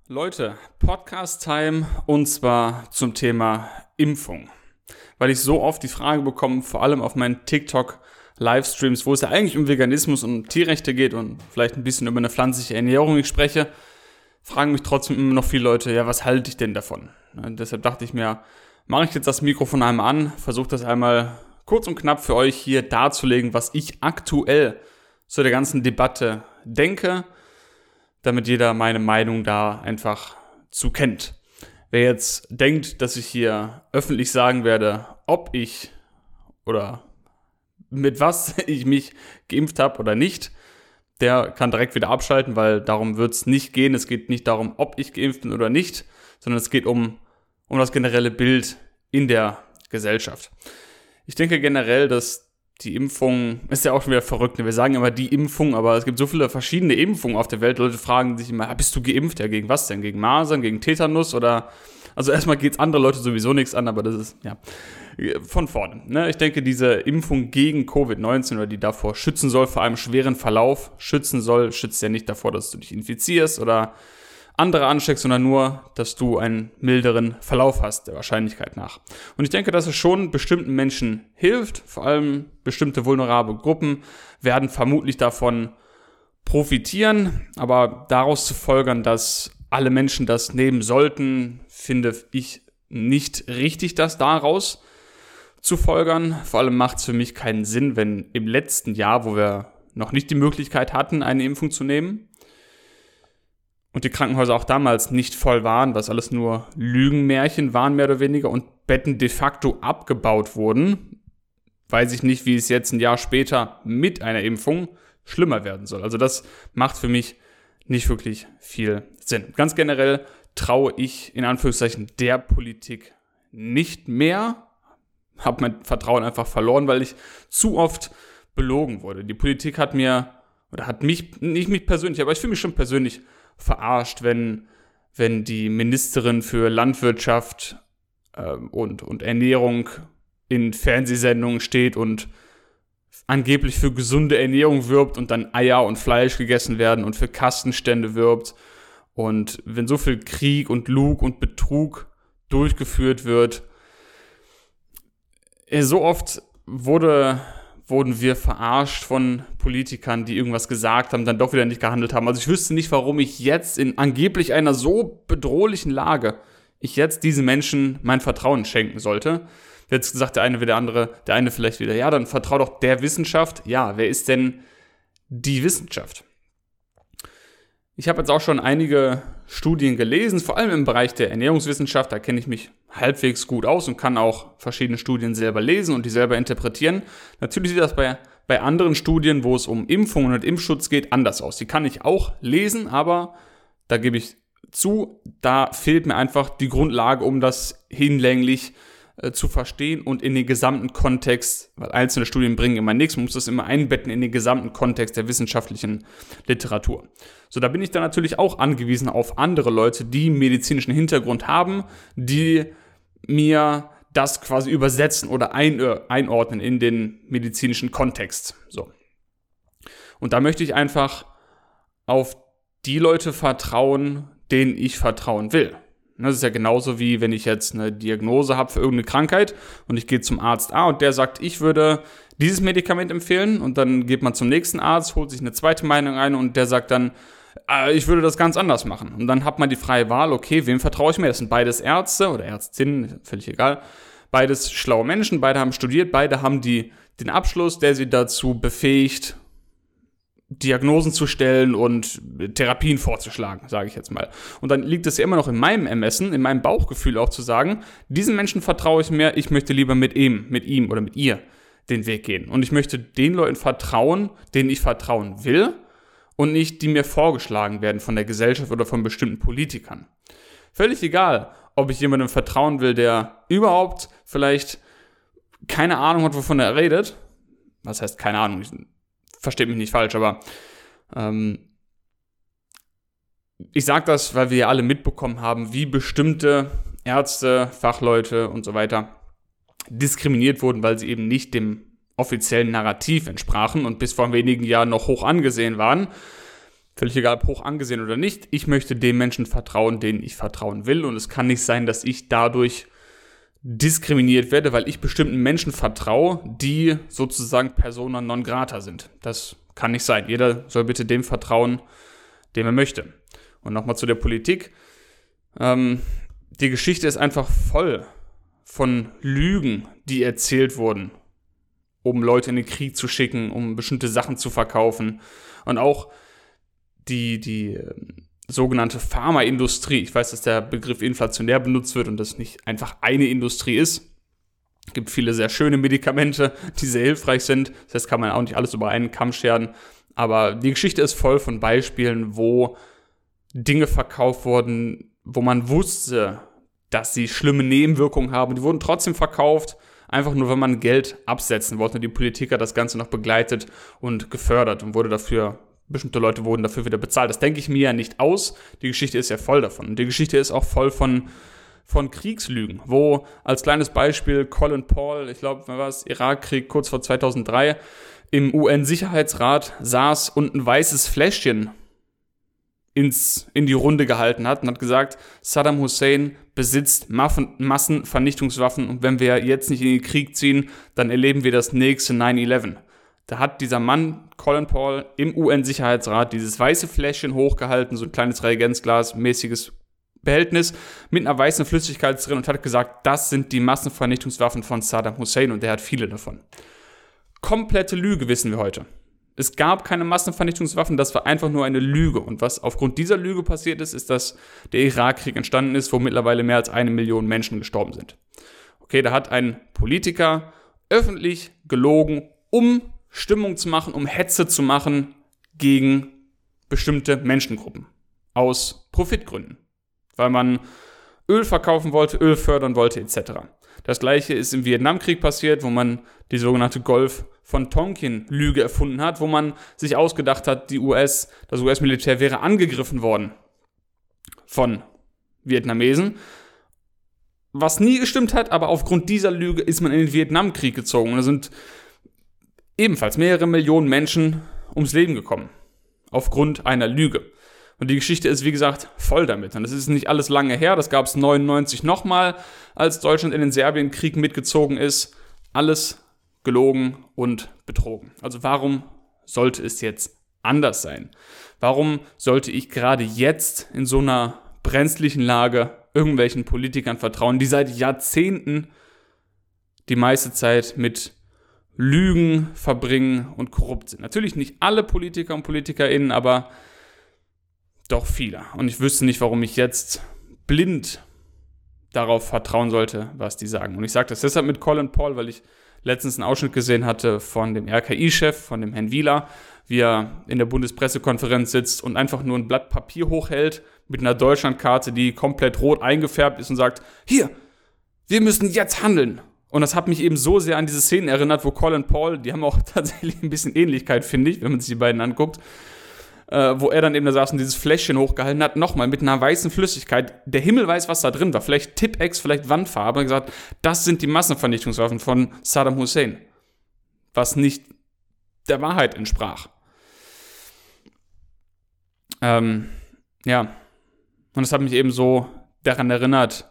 Leute, Podcast-Time und zwar zum Thema Impfung. Weil ich so oft die Frage bekomme, vor allem auf meinen TikTok-Livestreams, wo es ja eigentlich um Veganismus und um Tierrechte geht und vielleicht ein bisschen über eine pflanzliche Ernährung ich spreche, fragen mich trotzdem immer noch viele Leute, ja, was halte ich denn davon? Und deshalb dachte ich mir, mache ich jetzt das Mikrofon einmal an, versuche das einmal kurz und knapp für euch hier darzulegen, was ich aktuell zu der ganzen Debatte denke, damit jeder meine Meinung da einfach zu kennt. Wer jetzt denkt, dass ich hier öffentlich sagen werde, ob ich oder mit was ich mich geimpft habe oder nicht, der kann direkt wieder abschalten, weil darum wird es nicht gehen. Es geht nicht darum, ob ich geimpft bin oder nicht, sondern es geht um das generelle Bild in der Gesellschaft. Ich denke generell, dass die Impfung, ist ja auch schon wieder verrückt, wir sagen immer die Impfung, aber es gibt so viele verschiedene Impfungen auf der Welt. Leute fragen sich immer, bist du geimpft? Ja, gegen was denn? Gegen Masern, gegen Tetanus oder, also erstmal geht es andere Leute sowieso nichts an, aber das ist, ja, von vorne. Ne? Ich denke, diese Impfung gegen Covid-19 oder die davor schützen soll, vor einem schweren Verlauf schützen soll, schützt ja nicht davor, dass du dich infizierst oder andere ansteckst, sondern nur, dass du einen milderen Verlauf hast, der Wahrscheinlichkeit nach. Und ich denke, dass es schon bestimmten Menschen hilft, vor allem bestimmte vulnerable Gruppen werden vermutlich davon profitieren, aber daraus zu folgern, dass alle Menschen das nehmen sollten, finde ich nicht richtig, das daraus zu folgern. Vor allem macht es für mich keinen Sinn, wenn im letzten Jahr, wo wir noch nicht die Möglichkeit hatten, eine Impfung zu nehmen, und die Krankenhäuser auch damals nicht voll waren, was alles nur Lügenmärchen waren, mehr oder weniger, und Betten de facto abgebaut wurden, weiß ich nicht, wie es jetzt ein Jahr später mit einer Impfung schlimmer werden soll. Also das macht für mich nicht wirklich viel Sinn. Ganz generell traue ich in Anführungszeichen der Politik nicht mehr, habe mein Vertrauen einfach verloren, weil ich zu oft belogen wurde. Die Politik hat mich, nicht mich persönlich, aber ich fühle mich schon persönlich verarscht, wenn die Ministerin für Landwirtschaft und Ernährung in Fernsehsendungen steht und angeblich für gesunde Ernährung wirbt und dann Eier und Fleisch gegessen werden und für Kastenstände wirbt. Und wenn so viel Krieg und Lug und Betrug durchgeführt wird, so oft wurden wir verarscht von Politikern, die irgendwas gesagt haben, dann doch wieder nicht gehandelt haben. Also ich wüsste nicht, warum ich jetzt in angeblich einer so bedrohlichen Lage diesen Menschen mein Vertrauen schenken sollte. Jetzt sagt der eine wie der andere, der eine vielleicht wieder, ja, dann vertrau doch der Wissenschaft. Ja, wer ist denn die Wissenschaft? Ich habe jetzt auch schon einige Studien gelesen, vor allem im Bereich der Ernährungswissenschaft, da kenne ich mich halbwegs gut aus und kann auch verschiedene Studien selber lesen und die selber interpretieren. Natürlich sieht das bei anderen Studien, wo es um Impfungen und Impfschutz geht, anders aus. Die kann ich auch lesen, aber da gebe ich zu, da fehlt mir einfach die Grundlage, um das hinlänglich zu verstehen und in den gesamten Kontext, weil einzelne Studien bringen immer nichts, man muss das immer einbetten in den gesamten Kontext der wissenschaftlichen Literatur. So, da bin ich dann natürlich auch angewiesen auf andere Leute, die medizinischen Hintergrund haben, die mir das quasi übersetzen oder einordnen in den medizinischen Kontext. So. Und da möchte ich einfach auf die Leute vertrauen, denen ich vertrauen will. Das ist ja genauso wie, wenn ich jetzt eine Diagnose habe für irgendeine Krankheit und ich gehe zum Arzt A und der sagt, ich würde dieses Medikament empfehlen, und dann geht man zum nächsten Arzt, holt sich eine zweite Meinung ein und der sagt dann, ich würde das ganz anders machen. Und dann hat man die freie Wahl, okay, wem vertraue ich mehr? Das sind beides Ärzte oder Ärztinnen, völlig egal. Beides schlaue Menschen, beide haben studiert, beide haben den Abschluss, der sie dazu befähigt, Diagnosen zu stellen und Therapien vorzuschlagen, sage ich jetzt mal. Und dann liegt es ja immer noch in meinem Ermessen, in meinem Bauchgefühl auch zu sagen, diesen Menschen vertraue ich mehr, ich möchte lieber mit ihm oder mit ihr den Weg gehen. Und ich möchte den Leuten vertrauen, denen ich vertrauen will und nicht, die mir vorgeschlagen werden von der Gesellschaft oder von bestimmten Politikern. Völlig egal, ob ich jemandem vertrauen will, der überhaupt vielleicht keine Ahnung hat, wovon er redet. Was heißt keine Ahnung? Versteht mich nicht falsch, aber ich sage das, weil wir ja alle mitbekommen haben, wie bestimmte Ärzte, Fachleute und so weiter diskriminiert wurden, weil sie eben nicht dem offiziellen Narrativ entsprachen und bis vor wenigen Jahren noch hoch angesehen waren. Völlig egal, ob hoch angesehen oder nicht. Ich möchte dem Menschen vertrauen, denen ich vertrauen will. Und es kann nicht sein, dass ich dadurch diskriminiert werde, weil ich bestimmten Menschen vertraue, die sozusagen persona non grata sind. Das kann nicht sein. Jeder soll bitte dem vertrauen, dem er möchte. Und nochmal zu der Politik. Die Geschichte ist einfach voll von Lügen, die erzählt wurden, um Leute in den Krieg zu schicken, um bestimmte Sachen zu verkaufen. Und auch die sogenannte Pharmaindustrie. Ich weiß, dass der Begriff inflationär benutzt wird und das nicht einfach eine Industrie ist. Es gibt viele sehr schöne Medikamente, die sehr hilfreich sind. Das heißt, kann man auch nicht alles über einen Kamm scheren. Aber die Geschichte ist voll von Beispielen, wo Dinge verkauft wurden, wo man wusste, dass sie schlimme Nebenwirkungen haben. Die wurden trotzdem verkauft, einfach nur, wenn man Geld absetzen wollte. Und die Politik hat das Ganze noch begleitet und gefördert und bestimmte Leute wurden dafür wieder bezahlt. Das denke ich mir ja nicht aus. Die Geschichte ist ja voll davon. Und die Geschichte ist auch voll von Kriegslügen, wo als kleines Beispiel Colin Powell, ich glaube, wann war es, Irakkrieg kurz vor 2003, im UN-Sicherheitsrat saß und ein weißes Fläschchen in die Runde gehalten hat und hat gesagt, Saddam Hussein besitzt Massenvernichtungswaffen und wenn wir jetzt nicht in den Krieg ziehen, dann erleben wir das nächste 9/11. Da hat dieser Mann, Colin Powell, im UN-Sicherheitsrat dieses weiße Fläschchen hochgehalten, so ein kleines Reagenzglas-mäßiges Behältnis mit einer weißen Flüssigkeit drin und hat gesagt, das sind die Massenvernichtungswaffen von Saddam Hussein und der hat viele davon. Komplette Lüge, wissen wir heute. Es gab keine Massenvernichtungswaffen, das war einfach nur eine Lüge. Und was aufgrund dieser Lüge passiert ist, ist, dass der Irakkrieg entstanden ist, wo mittlerweile mehr als 1 Million Menschen gestorben sind. Okay, da hat ein Politiker öffentlich gelogen, um Stimmung zu machen, um Hetze zu machen gegen bestimmte Menschengruppen. Aus Profitgründen. Weil man Öl verkaufen wollte, Öl fördern wollte, etc. Das gleiche ist im Vietnamkrieg passiert, wo man die sogenannte Golf von Tonkin-Lüge erfunden hat, wo man sich ausgedacht hat, das US-Militär wäre angegriffen worden von Vietnamesen. Was nie gestimmt hat, aber aufgrund dieser Lüge ist man in den Vietnamkrieg gezogen. Und da sind ebenfalls mehrere Millionen Menschen ums Leben gekommen. Aufgrund einer Lüge. Und die Geschichte ist, wie gesagt, voll damit. Und das ist nicht alles lange her. Das gab es 1999 nochmal, als Deutschland in den Serbienkrieg mitgezogen ist. Alles gelogen und betrogen. Also warum sollte es jetzt anders sein? Warum sollte ich gerade jetzt in so einer brenzlichen Lage irgendwelchen Politikern vertrauen, die seit Jahrzehnten die meiste Zeit mit Lügen verbringen und korrupt sind? Natürlich nicht alle Politiker und PolitikerInnen, aber doch viele. Und ich wüsste nicht, warum ich jetzt blind darauf vertrauen sollte, was die sagen. Und ich sage das deshalb mit Colin Powell, weil ich letztens einen Ausschnitt gesehen hatte von dem RKI-Chef, von dem Herrn Wieler, wie er in der Bundespressekonferenz sitzt und einfach nur ein Blatt Papier hochhält mit einer Deutschlandkarte, die komplett rot eingefärbt ist und sagt, hier, wir müssen jetzt handeln. Und das hat mich eben so sehr an diese Szenen erinnert, wo Colin Powell, die haben auch tatsächlich ein bisschen Ähnlichkeit, finde ich, wenn man sich die beiden anguckt, wo er dann eben da saß und dieses Fläschchen hochgehalten hat, nochmal mit einer weißen Flüssigkeit. Der Himmel weiß, was da drin war. Vielleicht Tipp-Ex, vielleicht Wandfarbe. Und gesagt, das sind die Massenvernichtungswaffen von Saddam Hussein. Was nicht der Wahrheit entsprach. Ja. Und es hat mich eben so daran erinnert,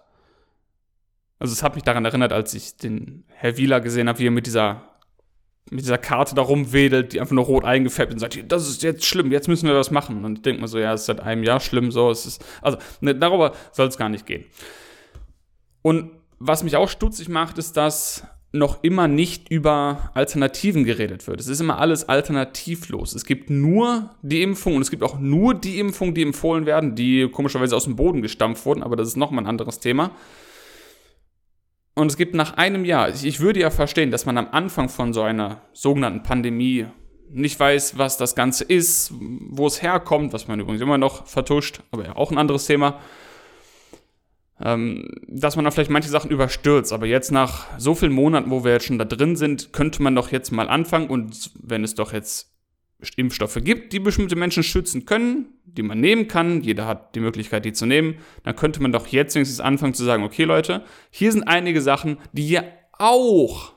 als ich den Herr Wieler gesehen habe, wie er mit dieser Karte da rumwedelt, die einfach nur rot eingefärbt ist und sagt, das ist jetzt schlimm, jetzt müssen wir was machen. Und ich denke mir so, ja, es ist seit einem Jahr schlimm, so, darüber soll es gar nicht gehen. Und was mich auch stutzig macht, ist, dass noch immer nicht über Alternativen geredet wird. Es ist immer alles alternativlos. Es gibt nur die Impfung und es gibt auch nur die Impfung, die empfohlen werden, die komischerweise aus dem Boden gestampft wurden, aber das ist nochmal ein anderes Thema. Und es gibt nach einem Jahr, ich würde ja verstehen, dass man am Anfang von so einer sogenannten Pandemie nicht weiß, was das Ganze ist, wo es herkommt, was man übrigens immer noch vertuscht, aber ja auch ein anderes Thema, dass man dann vielleicht manche Sachen überstürzt. Aber jetzt nach so vielen Monaten, wo wir jetzt schon da drin sind, könnte man doch jetzt mal anfangen und wenn es doch jetzt Impfstoffe gibt, die bestimmte Menschen schützen können, die man nehmen kann, jeder hat die Möglichkeit, die zu nehmen, dann könnte man doch jetzt wenigstens anfangen zu sagen, okay Leute, hier sind einige Sachen, die ihr auch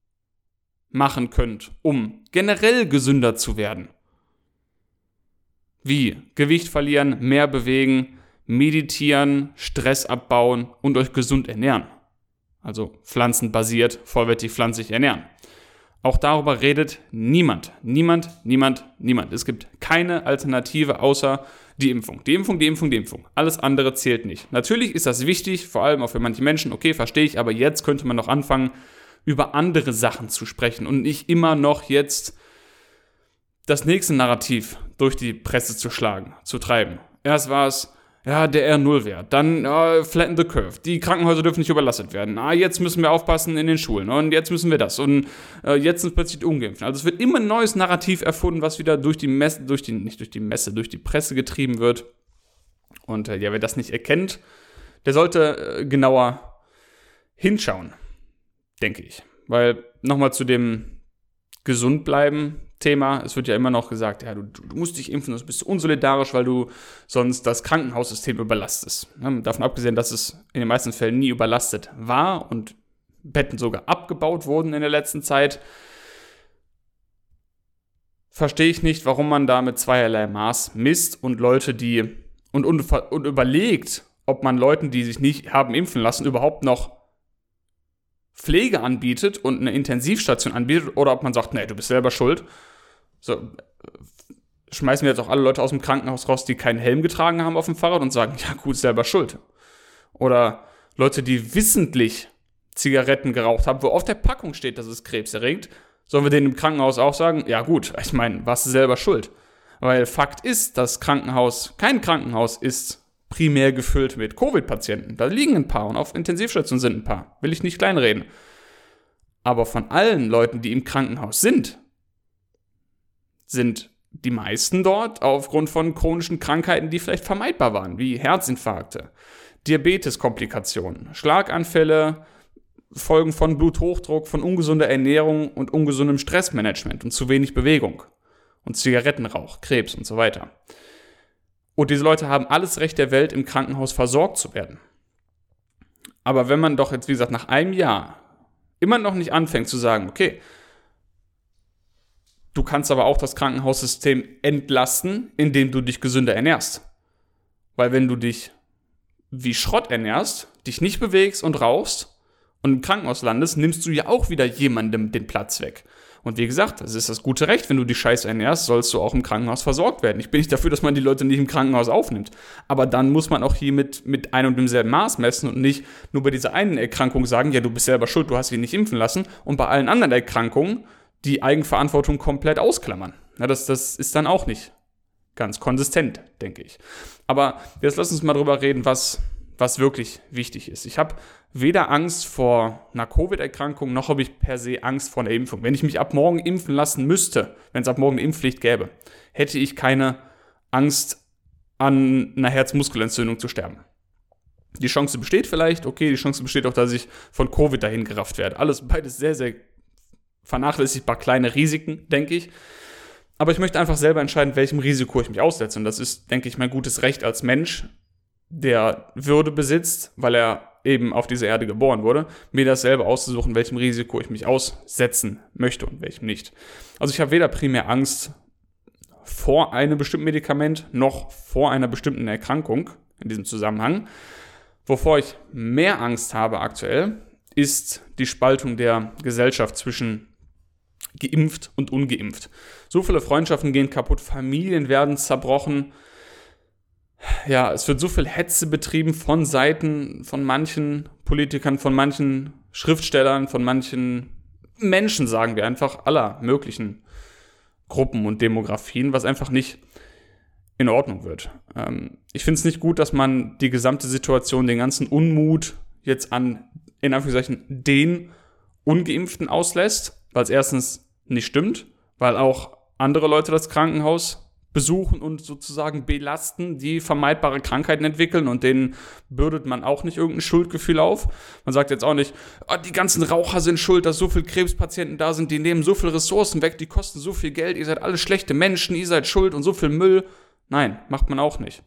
machen könnt, um generell gesünder zu werden. Wie? Gewicht verlieren, mehr bewegen, meditieren, Stress abbauen und euch gesund ernähren. Also pflanzenbasiert, vollwertig pflanzlich ernähren. Auch darüber redet niemand. Niemand. Es gibt keine Alternative außer die Impfung. Die Impfung. Alles andere zählt nicht. Natürlich ist das wichtig, vor allem auch für manche Menschen. Okay, verstehe ich, aber jetzt könnte man noch anfangen, über andere Sachen zu sprechen und nicht immer noch jetzt das nächste Narrativ durch die Presse zu treiben. Erst war es, der R0-Wert, dann flatten the curve, die Krankenhäuser dürfen nicht überlastet werden, jetzt müssen wir aufpassen in den Schulen und jetzt müssen wir das und jetzt sind plötzlich die Ungeimpften. Also es wird immer ein neues Narrativ erfunden, was wieder durch die Presse getrieben wird. Und wer das nicht erkennt, der sollte genauer hinschauen, denke ich. Weil nochmal zu dem gesund bleiben Thema, es wird ja immer noch gesagt, du musst dich impfen, du bist unsolidarisch, weil du sonst das Krankenhaussystem überlastest. Davon abgesehen, dass es in den meisten Fällen nie überlastet war und Betten sogar abgebaut wurden in der letzten Zeit, verstehe ich nicht, warum man da mit zweierlei Maß misst und Leute, und überlegt, ob man Leuten, die sich nicht haben impfen lassen, überhaupt noch Pflege anbietet und eine Intensivstation anbietet oder ob man sagt, nee, du bist selber schuld. So, schmeißen wir jetzt auch alle Leute aus dem Krankenhaus raus, die keinen Helm getragen haben auf dem Fahrrad und sagen, ja gut, selber schuld. Oder Leute, die wissentlich Zigaretten geraucht haben, wo auf der Packung steht, dass es Krebs erregt, sollen wir denen im Krankenhaus auch sagen, ja gut, ich meine, warst du selber schuld. Weil Fakt ist, kein Krankenhaus ist primär gefüllt mit Covid-Patienten. Da liegen ein paar und auf Intensivstationen sind ein paar. Will ich nicht kleinreden. Aber von allen Leuten, die im Krankenhaus sind die meisten dort aufgrund von chronischen Krankheiten, die vielleicht vermeidbar waren, wie Herzinfarkte, Diabeteskomplikationen, Schlaganfälle, Folgen von Bluthochdruck, von ungesunder Ernährung und ungesundem Stressmanagement und zu wenig Bewegung und Zigarettenrauch, Krebs und so weiter. Und diese Leute haben alles Recht der Welt, im Krankenhaus versorgt zu werden. Aber wenn man doch jetzt, wie gesagt, nach einem Jahr immer noch nicht anfängt zu sagen, okay, du kannst aber auch das Krankenhaussystem entlasten, indem du dich gesünder ernährst. Weil wenn du dich wie Schrott ernährst, dich nicht bewegst und rauchst und im Krankenhaus landest, nimmst du ja auch wieder jemandem den Platz weg. Und wie gesagt, das ist das gute Recht, wenn du dich scheiße ernährst, sollst du auch im Krankenhaus versorgt werden. Ich bin nicht dafür, dass man die Leute nicht im Krankenhaus aufnimmt. Aber dann muss man auch hier mit einem und demselben Maß messen und nicht nur bei dieser einen Erkrankung sagen, ja, du bist selber schuld, du hast dich nicht impfen lassen und bei allen anderen Erkrankungen die Eigenverantwortung komplett ausklammern. Ja, das ist dann auch nicht ganz konsistent, denke ich. Aber jetzt lass uns mal drüber reden, was wirklich wichtig ist. Ich habe weder Angst vor einer Covid-Erkrankung, noch habe ich per se Angst vor einer Impfung. Wenn ich mich ab morgen impfen lassen müsste, wenn es ab morgen eine Impfpflicht gäbe, hätte ich keine Angst, an einer Herzmuskelentzündung zu sterben. Die Chance besteht vielleicht, okay, die Chance besteht auch, dass ich von Covid dahin gerafft werde. Beides sehr, sehr vernachlässigbar kleine Risiken, denke ich. Aber ich möchte einfach selber entscheiden, welchem Risiko ich mich aussetze. Und das ist, denke ich, mein gutes Recht als Mensch, der Würde besitzt, weil er eben auf dieser Erde geboren wurde, mir das selber auszusuchen, welchem Risiko ich mich aussetzen möchte und welchem nicht. Also ich habe weder primär Angst vor einem bestimmten Medikament, noch vor einer bestimmten Erkrankung in diesem Zusammenhang. Wovor ich mehr Angst habe aktuell, ist die Spaltung der Gesellschaft zwischen geimpft und ungeimpft. So viele Freundschaften gehen kaputt, Familien werden zerbrochen. Ja, es wird so viel Hetze betrieben von Seiten von manchen Politikern, von manchen Schriftstellern, von manchen Menschen, sagen wir einfach, aller möglichen Gruppen und Demografien, was einfach nicht in Ordnung wird. Ich finde es nicht gut, dass man die gesamte Situation, den ganzen Unmut jetzt an, in Anführungszeichen, den Ungeimpften auslässt, weil es erstens nicht stimmt, weil auch andere Leute das Krankenhaus besuchen und sozusagen belasten, die vermeidbare Krankheiten entwickeln und denen bürdet man auch nicht irgendein Schuldgefühl auf. Man sagt jetzt auch nicht, die ganzen Raucher sind schuld, dass so viele Krebspatienten da sind, die nehmen so viele Ressourcen weg, die kosten so viel Geld, ihr seid alle schlechte Menschen, ihr seid schuld und so viel Müll. Nein, macht man auch nicht.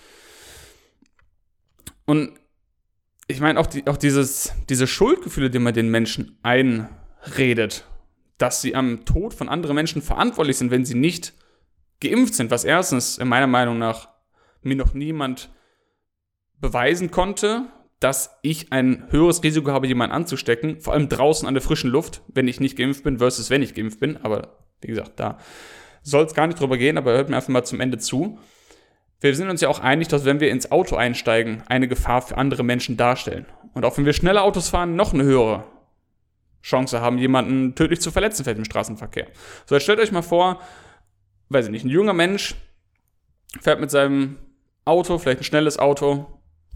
Und ich meine auch diese Schuldgefühle, die man den Menschen einredet, dass sie am Tod von anderen Menschen verantwortlich sind, wenn sie nicht geimpft sind, was erstens in meiner Meinung nach mir noch niemand beweisen konnte, dass ich ein höheres Risiko habe, jemanden anzustecken, vor allem draußen an der frischen Luft, wenn ich nicht geimpft bin, versus wenn ich geimpft bin. Aber wie gesagt, da soll es gar nicht drüber gehen, aber hört mir einfach mal zum Ende zu. Wir sind uns ja auch einig, dass wenn wir ins Auto einsteigen, eine Gefahr für andere Menschen darstellen. Und auch wenn wir schnelle Autos fahren, noch eine höhere Chance haben, jemanden tödlich zu verletzen vielleicht im Straßenverkehr. So, jetzt stellt euch mal vor, weiß ich nicht, ein junger Mensch fährt mit seinem Auto, vielleicht ein schnelles Auto,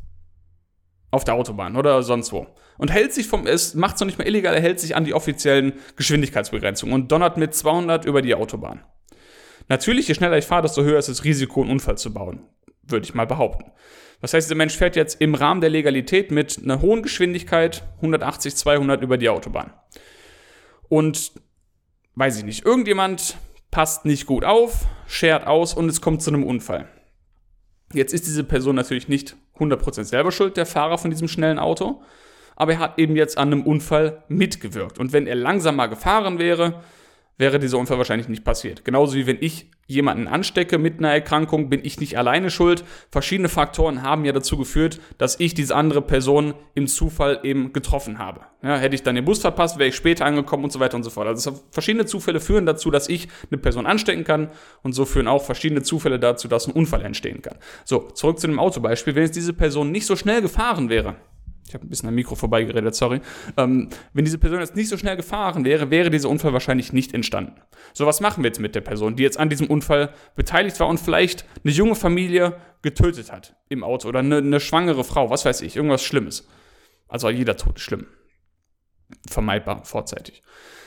auf der Autobahn oder sonst wo. Und hält sich es macht es noch nicht mal illegal, er hält sich an die offiziellen Geschwindigkeitsbegrenzungen und donnert mit 200 über die Autobahn. Natürlich, je schneller ich fahre, desto höher ist das Risiko, einen Unfall zu bauen, würde ich mal behaupten. Das heißt, dieser Mensch fährt jetzt im Rahmen der Legalität mit einer hohen Geschwindigkeit 180, 200 über die Autobahn. Und, weiß ich nicht, irgendjemand passt nicht gut auf, schert aus und es kommt zu einem Unfall. Jetzt ist diese Person natürlich nicht 100% selber schuld, der Fahrer von diesem schnellen Auto, aber er hat eben jetzt an einem Unfall mitgewirkt. Und wenn er langsamer gefahren wäre, wäre dieser Unfall wahrscheinlich nicht passiert. Genauso wie wenn ich jemanden anstecke mit einer Erkrankung, bin ich nicht alleine schuld. Verschiedene Faktoren haben ja dazu geführt, dass ich diese andere Person im Zufall eben getroffen habe. Ja, hätte ich dann den Bus verpasst, wäre ich später angekommen und so weiter und so fort. Also verschiedene Zufälle führen dazu, dass ich eine Person anstecken kann und so führen auch verschiedene Zufälle dazu, dass ein Unfall entstehen kann. So, zurück zu dem Autobeispiel. Wenn jetzt diese Person nicht so schnell gefahren wäre, ich habe ein bisschen am Mikro vorbeigeredet, sorry. Wenn diese Person jetzt nicht so schnell gefahren wäre, wäre dieser Unfall wahrscheinlich nicht entstanden. So, was machen wir jetzt mit der Person, die jetzt an diesem Unfall beteiligt war und vielleicht eine junge Familie getötet hat im Auto oder eine schwangere Frau, was weiß ich, irgendwas Schlimmes. Also jeder Tod ist schlimm. Vermeidbar, vorzeitig.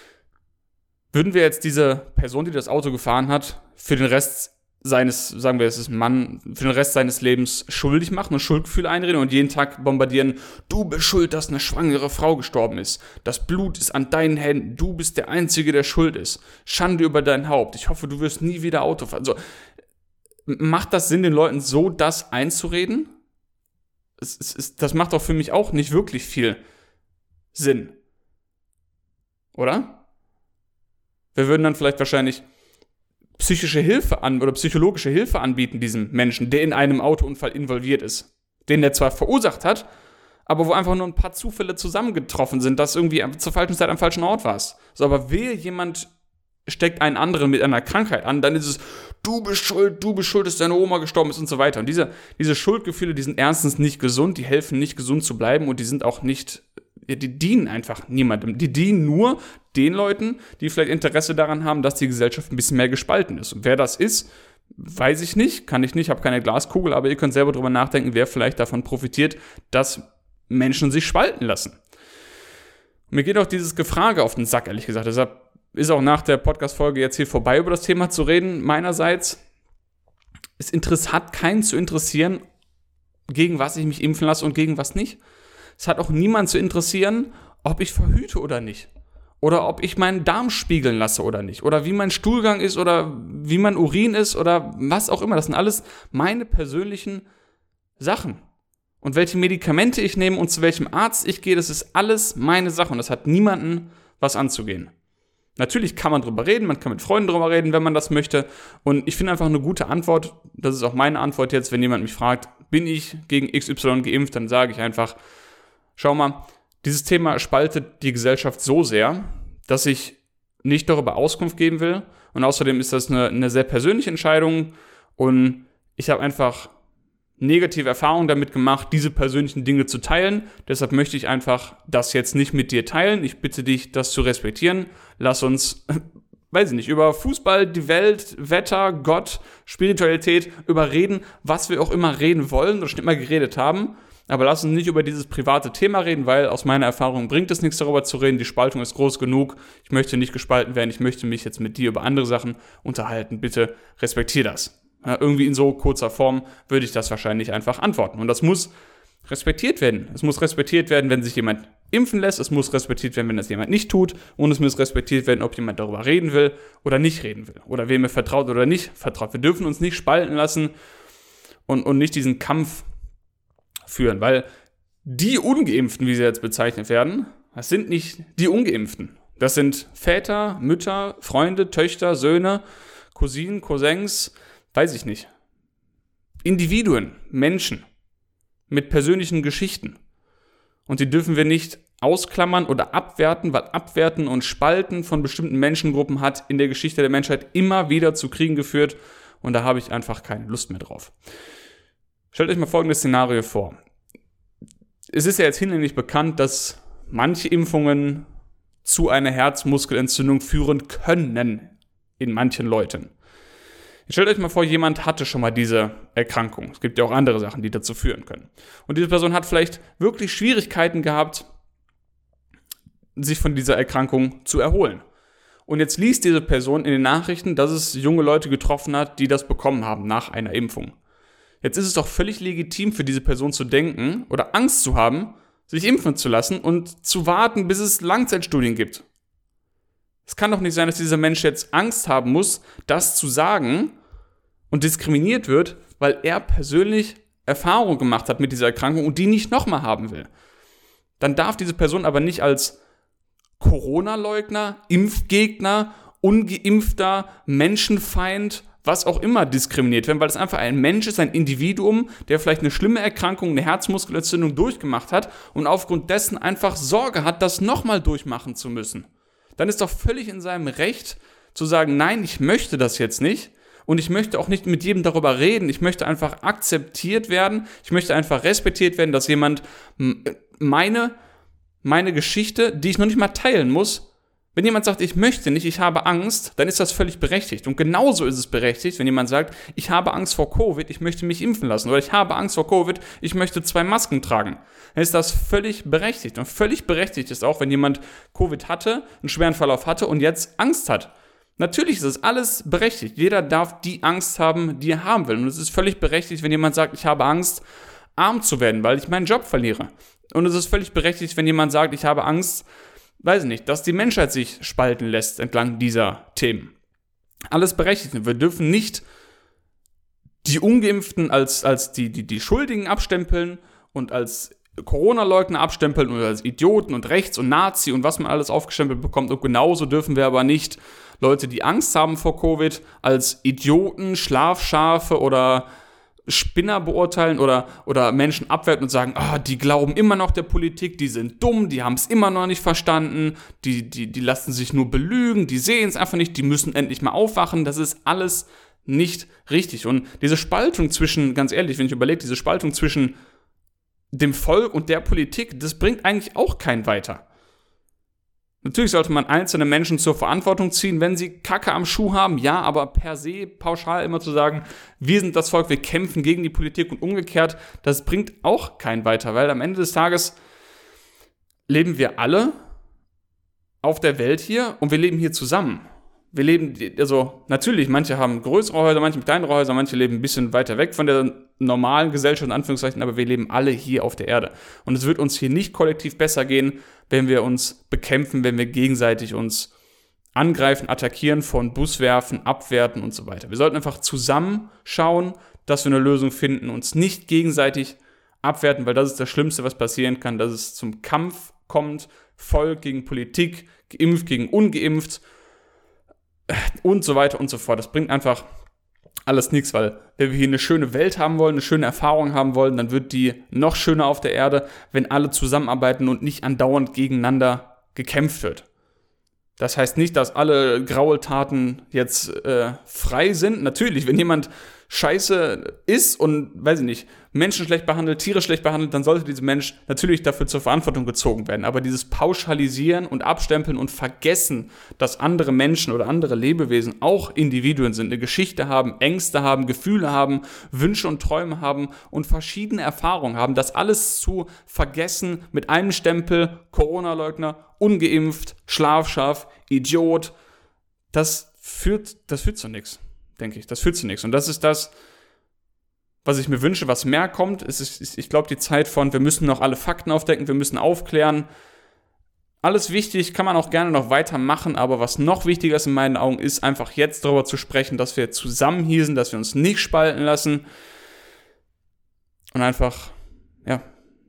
Würden wir jetzt diese Person, die das Auto gefahren hat, für den Rest seines, sagen wir, es ist ein Mann, für den Rest seines Lebens schuldig machen und Schuldgefühle einreden und jeden Tag bombardieren, du bist schuld, dass eine schwangere Frau gestorben ist. Das Blut ist an deinen Händen, du bist der Einzige, der schuld ist. Schande über dein Haupt. Ich hoffe, du wirst nie wieder Auto fahren. Also, macht das Sinn, den Leuten so das einzureden? Das macht doch für mich auch nicht wirklich viel Sinn. Oder? Wir würden dann vielleicht wahrscheinlich psychologische Hilfe anbieten diesem Menschen, der in einem Autounfall involviert ist. Den der zwar verursacht hat, aber wo einfach nur ein paar Zufälle zusammengetroffen sind, dass irgendwie zur falschen Zeit am falschen Ort warst. So, aber wehe, jemand steckt einen anderen mit einer Krankheit an, dann ist es, du bist schuld, dass deine Oma gestorben ist und so weiter. Und diese Schuldgefühle, die sind erstens nicht gesund, die helfen nicht, gesund zu bleiben und die sind auch nicht, die dienen einfach niemandem. Die dienen nur den Leuten, die vielleicht Interesse daran haben, dass die Gesellschaft ein bisschen mehr gespalten ist. Und wer das ist, weiß ich nicht, kann ich nicht, habe keine Glaskugel, aber ihr könnt selber drüber nachdenken, wer vielleicht davon profitiert, dass Menschen sich spalten lassen. Und mir geht auch dieses Gefrage auf den Sack, ehrlich gesagt. Deshalb ist auch nach der Podcast-Folge jetzt hier vorbei, über das Thema zu reden. Meinerseits, hat keinen zu interessieren, gegen was ich mich impfen lasse und gegen was nicht. Es hat auch niemand zu interessieren, ob ich verhüte oder nicht. Oder ob ich meinen Darm spiegeln lasse oder nicht. Oder wie mein Stuhlgang ist oder wie mein Urin ist oder was auch immer. Das sind alles meine persönlichen Sachen. Und welche Medikamente ich nehme und zu welchem Arzt ich gehe, das ist alles meine Sache. Und das hat niemanden was anzugehen. Natürlich kann man drüber reden, man kann mit Freunden drüber reden, wenn man das möchte. Und ich finde einfach eine gute Antwort, das ist auch meine Antwort jetzt, wenn jemand mich fragt, bin ich gegen XY geimpft, dann sage ich einfach, schau mal, dieses Thema spaltet die Gesellschaft so sehr, dass ich nicht darüber Auskunft geben will. Und außerdem ist das eine sehr persönliche Entscheidung. Und ich habe einfach negative Erfahrungen damit gemacht, diese persönlichen Dinge zu teilen. Deshalb möchte ich einfach das jetzt nicht mit dir teilen. Ich bitte dich, das zu respektieren. Lass uns, weiß ich nicht, über Fußball, die Welt, Wetter, Gott, Spiritualität, über reden, was wir auch immer reden wollen oder schon immer geredet haben. Aber lass uns nicht über dieses private Thema reden, weil aus meiner Erfahrung bringt es nichts, darüber zu reden. Die Spaltung ist groß genug. Ich möchte nicht gespalten werden. Ich möchte mich jetzt mit dir über andere Sachen unterhalten. Bitte respektier das. Ja, irgendwie in so kurzer Form würde ich das wahrscheinlich einfach antworten. Und das muss respektiert werden. Es muss respektiert werden, wenn sich jemand impfen lässt. Es muss respektiert werden, wenn das jemand nicht tut. Und es muss respektiert werden, ob jemand darüber reden will oder nicht reden will. Oder wem er vertraut oder nicht vertraut. Wir dürfen uns nicht spalten lassen und nicht diesen Kampf führen, weil die Ungeimpften, wie sie jetzt bezeichnet werden, das sind nicht die Ungeimpften. Das sind Väter, Mütter, Freunde, Töchter, Söhne, Cousinen, Cousins, weiß ich nicht. Individuen, Menschen mit persönlichen Geschichten. Und die dürfen wir nicht ausklammern oder abwerten, weil Abwerten und Spalten von bestimmten Menschengruppen hat in der Geschichte der Menschheit immer wieder zu Kriegen geführt und da habe ich einfach keine Lust mehr drauf. Stellt euch mal folgendes Szenario vor. Es ist ja jetzt hinlänglich bekannt, dass manche Impfungen zu einer Herzmuskelentzündung führen können in manchen Leuten. Stellt euch mal vor, jemand hatte schon mal diese Erkrankung. Es gibt ja auch andere Sachen, die dazu führen können. Und diese Person hat vielleicht wirklich Schwierigkeiten gehabt, sich von dieser Erkrankung zu erholen. Und jetzt liest diese Person in den Nachrichten, dass es junge Leute getroffen hat, die das bekommen haben nach einer Impfung. Jetzt ist es doch völlig legitim für diese Person zu denken oder Angst zu haben, sich impfen zu lassen und zu warten, bis es Langzeitstudien gibt. Es kann doch nicht sein, dass dieser Mensch jetzt Angst haben muss, das zu sagen und diskriminiert wird, weil er persönlich Erfahrung gemacht hat mit dieser Erkrankung und die nicht nochmal haben will. Dann darf diese Person aber nicht als Corona-Leugner, Impfgegner, Ungeimpfter, Menschenfeind, was auch immer diskriminiert werden, weil es einfach ein Mensch ist, ein Individuum, der vielleicht eine schlimme Erkrankung, eine Herzmuskelentzündung durchgemacht hat und aufgrund dessen einfach Sorge hat, das nochmal durchmachen zu müssen. Dann ist doch völlig in seinem Recht zu sagen, nein, ich möchte das jetzt nicht und ich möchte auch nicht mit jedem darüber reden, ich möchte einfach akzeptiert werden, ich möchte einfach respektiert werden, dass jemand meine Geschichte, die ich noch nicht mal teilen muss, wenn jemand sagt, ich möchte nicht, ich habe Angst, dann ist das völlig berechtigt. Und genauso ist es berechtigt, wenn jemand sagt, ich habe Angst vor Covid, ich möchte mich impfen lassen. Oder ich habe Angst vor Covid, ich möchte 2 Masken tragen. Dann ist das völlig berechtigt. Und völlig berechtigt ist auch, wenn jemand Covid hatte, einen schweren Verlauf hatte und jetzt Angst hat. Natürlich ist das alles berechtigt. Jeder darf die Angst haben, die er haben will. Und es ist völlig berechtigt, wenn jemand sagt, ich habe Angst, arm zu werden, weil ich meinen Job verliere. Und es ist völlig berechtigt, wenn jemand sagt, ich habe Angst, weiß ich nicht, dass die Menschheit sich spalten lässt entlang dieser Themen. Alles berechtigt. Wir dürfen nicht die Ungeimpften als die Schuldigen abstempeln und als Corona-Leugner abstempeln oder als Idioten und Rechts und Nazi und was man alles aufgestempelt bekommt. Und genauso dürfen wir aber nicht Leute, die Angst haben vor Covid, als Idioten, Schlafschafe oder Spinner beurteilen oder Menschen abwerten und sagen, die glauben immer noch der Politik, die sind dumm, die haben es immer noch nicht verstanden, die lassen sich nur belügen, die sehen es einfach nicht, die müssen endlich mal aufwachen. Das ist alles nicht richtig. Und diese Spaltung zwischen, ganz ehrlich, wenn ich überlege, diese Spaltung zwischen dem Volk und der Politik, das bringt eigentlich auch keinen weiter. Natürlich sollte man einzelne Menschen zur Verantwortung ziehen, wenn sie Kacke am Schuh haben, ja, aber per se pauschal immer zu sagen, wir sind das Volk, wir kämpfen gegen die Politik und umgekehrt, das bringt auch keinen weiter, weil am Ende des Tages leben wir alle auf der Welt hier und wir leben hier zusammen. Wir leben, also natürlich, manche haben größere Häuser, manche kleinere Häuser, manche leben ein bisschen weiter weg von der normalen Gesellschaft, in Anführungszeichen, aber wir leben alle hier auf der Erde. Und es wird uns hier nicht kollektiv besser gehen, wenn wir uns bekämpfen, wenn wir gegenseitig uns angreifen, attackieren, von Bus werfen, abwerten und so weiter. Wir sollten einfach zusammen schauen, dass wir eine Lösung finden, uns nicht gegenseitig abwerten, weil das ist das Schlimmste, was passieren kann, dass es zum Kampf kommt, Volk gegen Politik, geimpft gegen ungeimpft, und so weiter und so fort. Das bringt einfach alles nichts, weil wenn wir hier eine schöne Welt haben wollen, eine schöne Erfahrung haben wollen, dann wird die noch schöner auf der Erde, wenn alle zusammenarbeiten und nicht andauernd gegeneinander gekämpft wird. Das heißt nicht, dass alle Graueltaten jetzt frei sind. Natürlich, wenn jemand scheiße ist und, weiß ich nicht, Menschen schlecht behandelt, Tiere schlecht behandelt, dann sollte dieser Mensch natürlich dafür zur Verantwortung gezogen werden. Aber dieses Pauschalisieren und Abstempeln und Vergessen, dass andere Menschen oder andere Lebewesen auch Individuen sind, eine Geschichte haben, Ängste haben, Gefühle haben, Wünsche und Träume haben und verschiedene Erfahrungen haben, das alles zu vergessen mit einem Stempel, Corona-Leugner, ungeimpft, Schlafschaf, Idiot, das führt zu nichts, denke ich. Das führt zu nichts. Und das ist das, was ich mir wünsche, was mehr kommt. Ich glaube, die Zeit von, wir müssen noch alle Fakten aufdecken, wir müssen aufklären. Alles wichtig, kann man auch gerne noch weitermachen, aber was noch wichtiger ist in meinen Augen, ist einfach jetzt darüber zu sprechen, dass wir zusammen hier sind, dass wir uns nicht spalten lassen und einfach,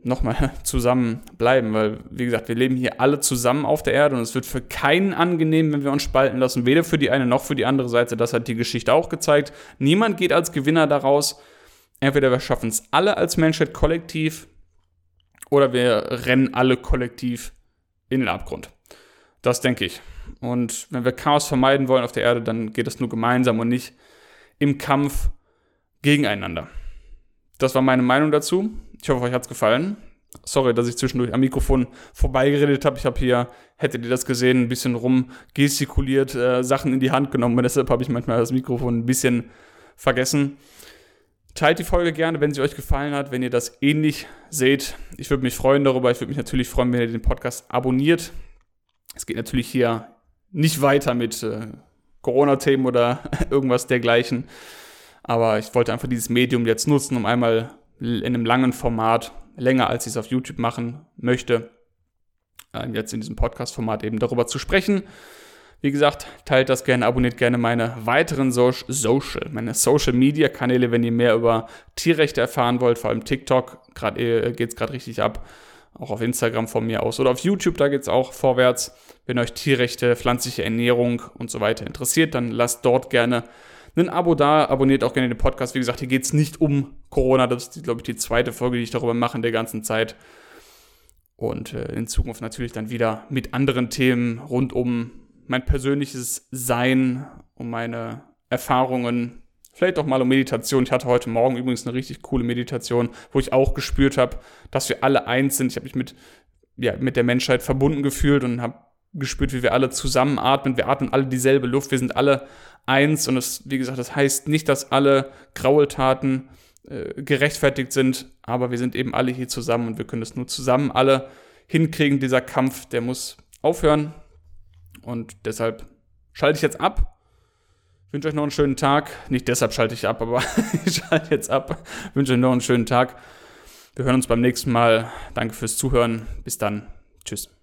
nochmal zusammenbleiben, weil, wie gesagt, wir leben hier alle zusammen auf der Erde und es wird für keinen angenehm, wenn wir uns spalten lassen, weder für die eine noch für die andere Seite. Das hat die Geschichte auch gezeigt. Niemand geht als Gewinner daraus. Entweder wir schaffen es alle als Menschheit kollektiv oder wir rennen alle kollektiv in den Abgrund. Das denke ich. Und wenn wir Chaos vermeiden wollen auf der Erde, dann geht das nur gemeinsam und nicht im Kampf gegeneinander. Das war meine Meinung dazu. Ich hoffe, euch hat es gefallen. Sorry, dass ich zwischendurch am Mikrofon vorbeigeredet habe. Ich habe hier, hättet ihr das gesehen, ein bisschen rumgestikuliert, Sachen in die Hand genommen. Und deshalb habe ich manchmal das Mikrofon ein bisschen vergessen. Teilt die Folge gerne, wenn sie euch gefallen hat, wenn ihr das ähnlich seht. Ich würde mich freuen darüber. Ich würde mich natürlich freuen, wenn ihr den Podcast abonniert. Es geht natürlich hier nicht weiter mit Corona-Themen oder irgendwas dergleichen. Aber ich wollte einfach dieses Medium jetzt nutzen, um einmal in einem langen Format, länger als ich es auf YouTube machen möchte, jetzt in diesem Podcast-Format eben darüber zu sprechen. Wie gesagt, teilt das gerne, abonniert gerne meine weiteren Social-Media-Kanäle, wenn ihr mehr über Tierrechte erfahren wollt, vor allem TikTok, geht es gerade richtig ab, auch auf Instagram von mir aus oder auf YouTube, da geht es auch vorwärts. Wenn euch Tierrechte, pflanzliche Ernährung und so weiter interessiert, dann lasst dort gerne ein Abo da, abonniert auch gerne den Podcast. Wie gesagt, hier geht es nicht um Corona, das ist, glaube ich, die zweite Folge, die ich darüber mache in der ganzen Zeit. Und in Zukunft natürlich dann wieder mit anderen Themen rund um mein persönliches Sein, um meine Erfahrungen, vielleicht auch mal um Meditation. Ich hatte heute Morgen übrigens eine richtig coole Meditation, wo ich auch gespürt habe, dass wir alle eins sind. Ich habe mich mit der Menschheit verbunden gefühlt und habe gespürt, wie wir alle zusammen atmen. Wir atmen alle dieselbe Luft, wir sind alle eins. Und wie gesagt, das heißt nicht, dass alle Gräueltaten gerechtfertigt sind, aber wir sind eben alle hier zusammen und wir können das nur zusammen alle hinkriegen. Dieser Kampf, der muss aufhören. Und deshalb schalte ich jetzt ab. Ich wünsche euch noch einen schönen Tag. Nicht deshalb schalte ich ab, aber ich schalte jetzt ab. Ich wünsche euch noch einen schönen Tag. Wir hören uns beim nächsten Mal. Danke fürs Zuhören. Bis dann. Tschüss.